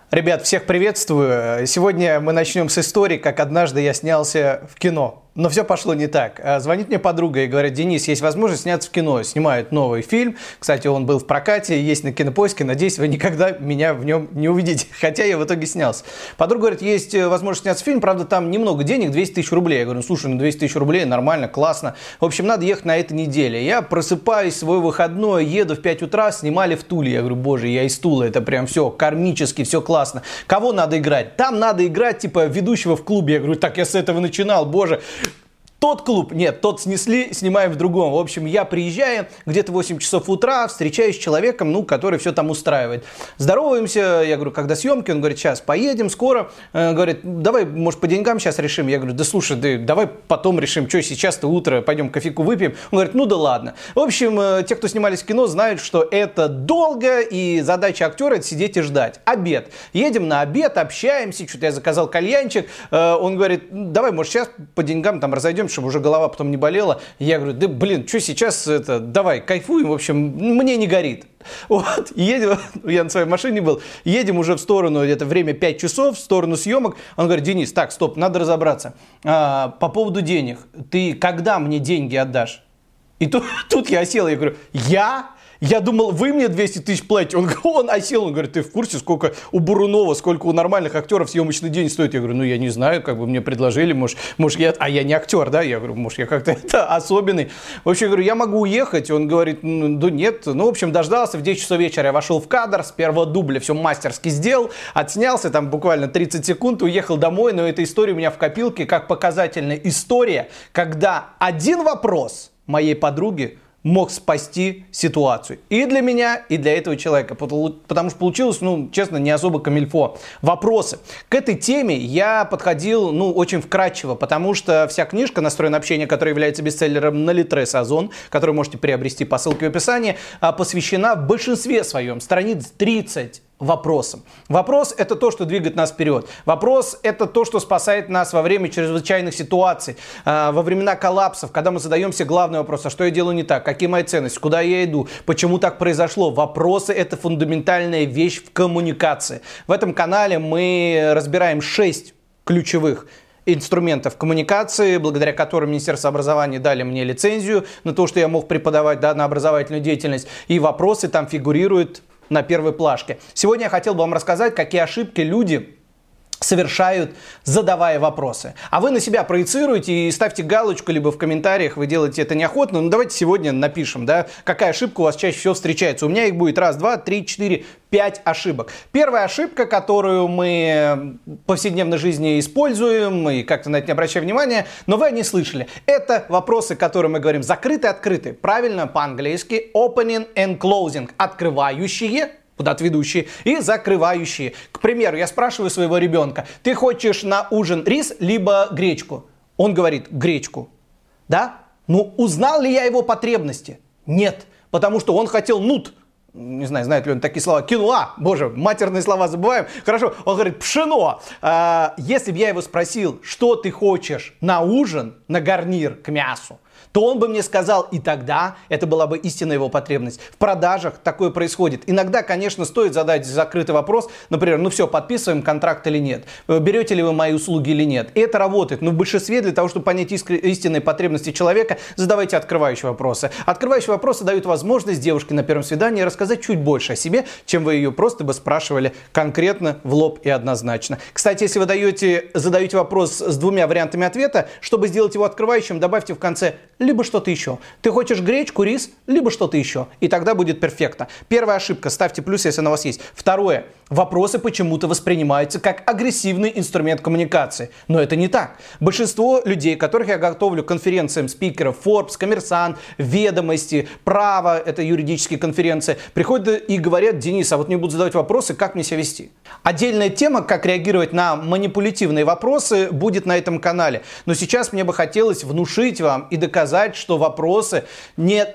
Ребят, всех приветствую. Сегодня мы начнем с истории, как однажды я снялся в кино. Но все пошло не так. Звонит мне подруга и говорит: Денис, есть возможность сняться в кино. Снимают новый фильм. Кстати, он был в прокате, есть на Кинопоиске. Надеюсь, вы никогда меня в нем не увидите. Хотя я в итоге снялся. Подруга говорит: есть возможность сняться в фильм. Правда, там немного денег, 200 тысяч рублей. Я говорю: слушай, 200 тысяч рублей, нормально, классно. В общем, надо ехать на этой неделе. Я просыпаюсь, свой выходной, еду в 5 утра, снимали в Туле. Я говорю: боже, я из Тулы. Это прям все кармически, все классно. Кого надо играть? Там надо играть, типа, ведущего в клубе. Я говорю: так я с этого начинал, боже. Тот клуб, нет, тот снесли, снимаем в другом. В общем, я приезжаю, где-то 8 часов утра, встречаюсь с человеком, который все там устраивает. Здороваемся, я говорю: когда съемки? Он говорит: сейчас поедем, скоро. Говорит: давай, может, по деньгам сейчас решим? Я говорю: да слушай, давай потом решим, что сейчас-то утро, пойдем кофейку выпьем. Он говорит: ну да ладно. В общем, те, кто снимались в кино, знают, что это долго, и задача актера — это сидеть и ждать. Обед. Едем на обед, общаемся, что-то я заказал кальянчик. Он говорит: давай, может, сейчас по деньгам там разойдемся, чтобы уже голова потом не болела. Я говорю: да блин, что сейчас, давай, кайфуем, в общем, мне не горит. Вот, едем, я на своей машине был, едем уже в сторону, это время 5 часов, в сторону съемок. Он говорит: Денис, так, стоп, надо разобраться. По поводу денег, ты когда мне деньги отдашь? И тут я осел, я говорю: Я думал, вы мне 200 тысяч платите. Он осел, он говорит: ты в курсе, сколько у Бурунова, сколько у нормальных актеров съемочный день стоит? Я говорю: ну я не знаю, как бы мне предложили, может я, а я не актер, да? Я говорю: может я как-то особенный. В общем, я говорю: я могу уехать. Он говорит: да нет. Ну, в общем, дождался, в 10 часов вечера я вошел в кадр, с первого дубля все мастерски сделал, отснялся, там буквально 30 секунд, уехал домой. Но эта история у меня в копилке как показательная история, когда один вопрос моей подруги мог спасти ситуацию. И для меня, и для этого человека. Потому что получилось, честно, не особо камильфо. Вопросы. К этой теме я подходил, очень вкратчиво, потому что вся книжка «Настроенное общение», которая является бестселлером на Литрес Озон, которую можете приобрести по ссылке в описании, посвящена в большинстве своем, страниц 30, вопросом. Вопрос — это то, что двигает нас вперед. Вопрос — это то, что спасает нас во время чрезвычайных ситуаций, во времена коллапсов, когда мы задаемся главный вопрос: а что я делаю не так, какие мои ценности, куда я иду, почему так произошло. Вопросы — это фундаментальная вещь в коммуникации. В этом канале мы разбираем 6 ключевых инструментов коммуникации, благодаря которым Министерство образования дали мне лицензию на то, что я мог преподавать, на образовательную деятельность. И вопросы там фигурируют на первой плашке. Сегодня я хотел бы вам рассказать, какие ошибки люди совершают, задавая вопросы. А вы на себя проецируете и ставьте галочку, либо в комментариях, вы делаете это неохотно. Давайте сегодня напишем, какая ошибка у вас чаще всего встречается. У меня их будет 1, 2, 3, 4, 5 ошибок. Первая ошибка, которую мы в повседневной жизни используем, и как-то на это не обращаем внимания, но вы не слышали. Это вопросы, которые мы говорим закрыты-открыты. Правильно по-английски opening and closing. Открывающие, куда-то ведущие, и закрывающие. К примеру, я спрашиваю своего ребенка: ты хочешь на ужин рис либо гречку? Он говорит: гречку. Да? Узнал ли я его потребности? Нет. Потому что он хотел нут. Не знаю, знает ли он такие слова. Кинуа. Боже, матерные слова забываем. Хорошо. Он говорит: пшено. Если бы я его спросил: что ты хочешь на ужин, на гарнир к мясу, то он бы мне сказал, и тогда это была бы истинная его потребность. В продажах такое происходит. Иногда, конечно, стоит задать закрытый вопрос, например: все, подписываем контракт или нет? Берете ли вы мои услуги или нет? И это работает. Но в большинстве, для того, чтобы понять истинные потребности человека, задавайте открывающие вопросы. Открывающие вопросы дают возможность девушке на первом свидании рассказать чуть больше о себе, чем вы ее просто бы спрашивали конкретно, в лоб и однозначно. Кстати, если вы задаете вопрос с 2 вариантами ответа, чтобы сделать его открывающим, добавьте в конце либо что-то еще. Ты хочешь гречку, рис, либо что-то еще. И тогда будет перфектно. Первая ошибка. Ставьте плюс, если она у вас есть. Второе. Вопросы почему-то воспринимаются как агрессивный инструмент коммуникации. Но это не так. Большинство людей, которых я готовлю к конференциям спикеров, Forbes, Коммерсант, Ведомости, Право, это юридические конференции, приходят и говорят: Денис, а вот мне будут задавать вопросы, как мне себя вести. Отдельная тема, как реагировать на манипулятивные вопросы, будет на этом канале. Но сейчас мне бы хотелось внушить вам и доказать, что вопросы не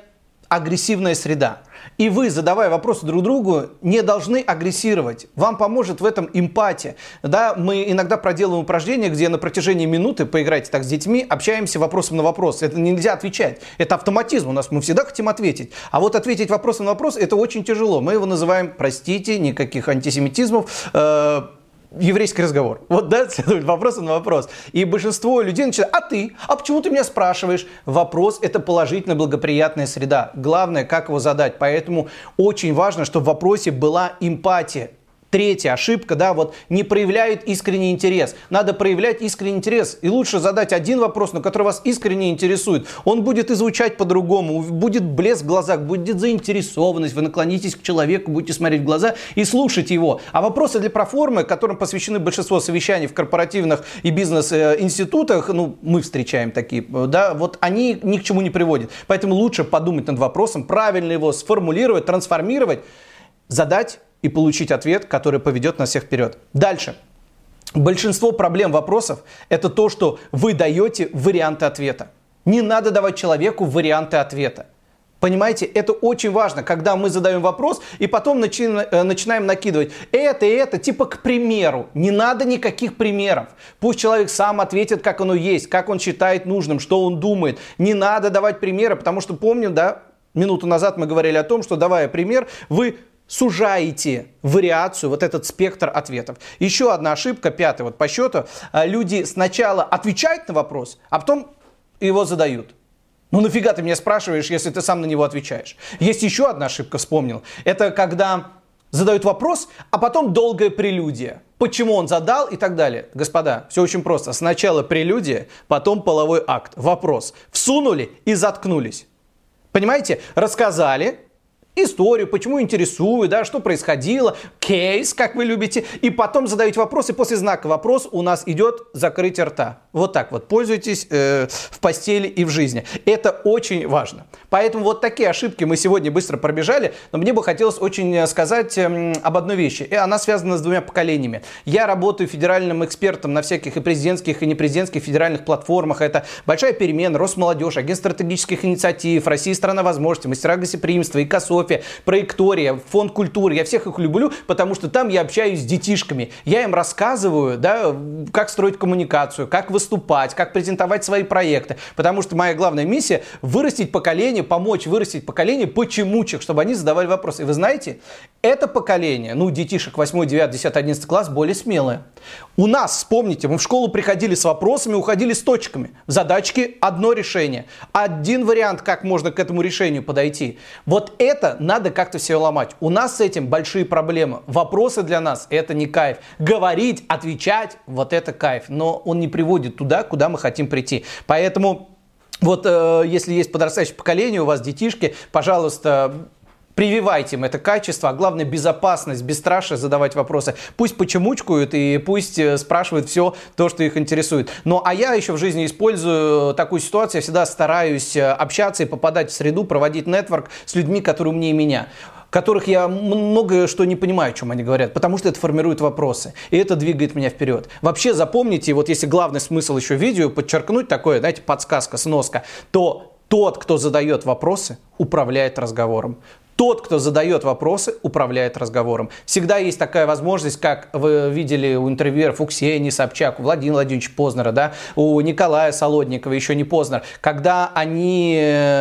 агрессивная среда. И вы, задавая вопросы друг другу, не должны агрессировать. Вам поможет в этом эмпатия. Да, мы иногда проделываем упражнения, где на протяжении минуты, поиграйте так с детьми, общаемся вопросом на вопрос. Это нельзя отвечать. Это автоматизм. Мы всегда хотим ответить. А вот ответить вопросом на вопрос, это очень тяжело. Мы его называем, простите, никаких антисемитизмов, еврейский разговор. Вот, да, следует вопрос на вопрос. И большинство людей начинают: а ты? А почему ты меня спрашиваешь? Вопрос – это положительная, благоприятная среда. Главное, как его задать. Поэтому очень важно, чтобы в вопросе была эмпатия. Третья ошибка, да, вот не проявляют искренний интерес. Надо проявлять искренний интерес. И лучше задать один вопрос, но который вас искренне интересует. Он будет и звучать по-другому, будет блеск в глазах, будет заинтересованность. Вы наклонитесь к человеку, будете смотреть в глаза и слушать его. А вопросы для проформы, которым посвящены большинство совещаний в корпоративных и бизнес-институтах, мы встречаем такие, да, вот они ни к чему не приводят. Поэтому лучше подумать над вопросом, правильно его сформулировать, трансформировать, задать и получить ответ, который поведет нас всех вперед. Дальше. Большинство проблем вопросов – это то, что вы даете варианты ответа. Не надо давать человеку варианты ответа. Понимаете, это очень важно, когда мы задаем вопрос и потом начинаем накидывать это, типа к примеру. Не надо никаких примеров. Пусть человек сам ответит, как оно есть, как он считает нужным, что он думает. Не надо давать примеры, потому что помним, да, минуту назад мы говорили о том, что давая пример, вы сужаете вариацию, вот этот спектр ответов. Еще одна ошибка, пятая вот по счету. Люди сначала отвечают на вопрос, а потом его задают. Нафига ты меня спрашиваешь, если ты сам на него отвечаешь? Есть еще одна ошибка, вспомнил. Это когда задают вопрос, а потом долгая прелюдия. Почему он задал и так далее. Господа, все очень просто. Сначала прелюдия, потом половой акт. Вопрос. Всунули и заткнулись. Понимаете? Рассказали историю, почему интересует, да, что происходило, кейс, как вы любите, и потом задаете вопрос, и после знака «вопрос» у нас идет закрытие рта. Вот так вот, пользуйтесь в постели и в жизни. Это очень важно. Поэтому вот такие ошибки мы сегодня быстро пробежали, но мне бы хотелось очень сказать об одной вещи, и она связана с двумя поколениями. Я работаю федеральным экспертом на всяких и президентских, и непрезидентских федеральных платформах. Это «Большая перемена», Росмолодежь, Агентство стратегических инициатив, Россия – страна возможностей, Мастера гостеприимства, ИКОСОФИ, Проектория, Фонд культуры. Я всех их люблю, потому что там я общаюсь с детишками. Я им рассказываю, да, как строить коммуникацию, как выступать, как презентовать свои проекты. Потому что моя главная миссия – вырастить поколение, помочь вырастить поколение почемучек, чтобы они задавали вопросы. И вы знаете, это поколение, детишек 8, 9, 10, 11 класс, более смелое. У нас, вспомните, мы в школу приходили с вопросами, уходили с точками. В задачке одно решение. Один вариант, как можно к этому решению подойти. Вот это надо как-то все ломать. У нас с этим большие проблемы. Вопросы для нас – это не кайф. Говорить, отвечать – вот это кайф. Но он не приводит туда, куда мы хотим прийти. Поэтому вот если есть подрастающее поколение, у вас детишки, пожалуйста, прививайте им это качество, а главное безопасность, бесстрашие задавать вопросы. Пусть почемучкают и пусть спрашивают все то, что их интересует. А я еще в жизни использую такую ситуацию, я всегда стараюсь общаться и попадать в среду, проводить нетворк с людьми, которые умнее меня, которых я многое что не понимаю, о чем они говорят, потому что это формирует вопросы, и это двигает меня вперед. Вообще запомните, вот если главный смысл еще видео подчеркнуть, такое, знаете, подсказка, сноска, то тот, кто задает вопросы, управляет разговором. Тот, кто задает вопросы, управляет разговором. Всегда есть такая возможность, как вы видели у интервьюеров у Ксении Собчак, у Владимира Владимировича Познера, да, у Николая Солодникова, еще не Познер. Когда они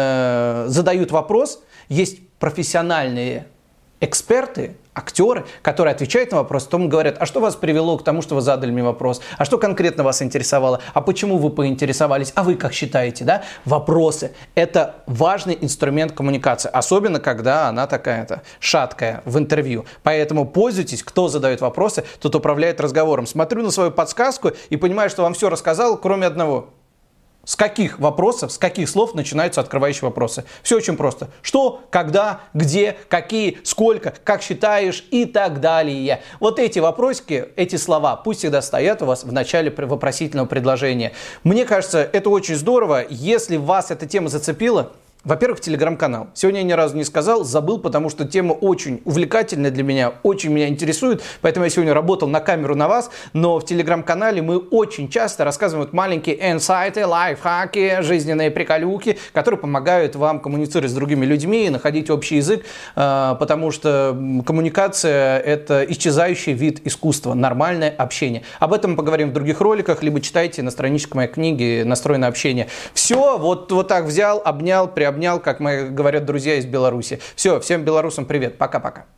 задают вопрос, есть профессиональные эксперты, актеры, которые отвечают на вопрос, потом говорят: а что вас привело к тому, что вы задали мне вопрос? А что конкретно вас интересовало? А почему вы поинтересовались? А вы как считаете? Да? Вопросы – это важный инструмент коммуникации, особенно когда она такая-то шаткая в интервью. Поэтому пользуйтесь, кто задает вопросы, тот управляет разговором. Смотрю на свою подсказку и понимаю, что вам все рассказал, кроме одного. С каких вопросов, с каких слов начинаются открывающие вопросы? Все очень просто. Что, когда, где, какие, сколько, как считаешь и так далее. Вот эти вопросики, эти слова пусть всегда стоят у вас в начале вопросительного предложения. Мне кажется, это очень здорово. Если вас эта тема зацепила, Во-первых, телеграм-канал. Сегодня я ни разу не сказал, забыл, потому что тема очень увлекательная для меня, очень меня интересует, поэтому я сегодня работал на камеру на вас, но в телеграм-канале мы очень часто рассказываем вот маленькие инсайты, лайфхаки, жизненные приколюки, которые помогают вам коммуницировать с другими людьми, находить общий язык, потому что коммуникация – это исчезающий вид искусства, нормальное общение. Об этом мы поговорим в других роликах, либо читайте на страничках моей книги «Настрой на общение». Все, вот так взял, обнял, приобнял, как мои говорят друзья из Беларуси. Все, всем белорусам привет, пока-пока.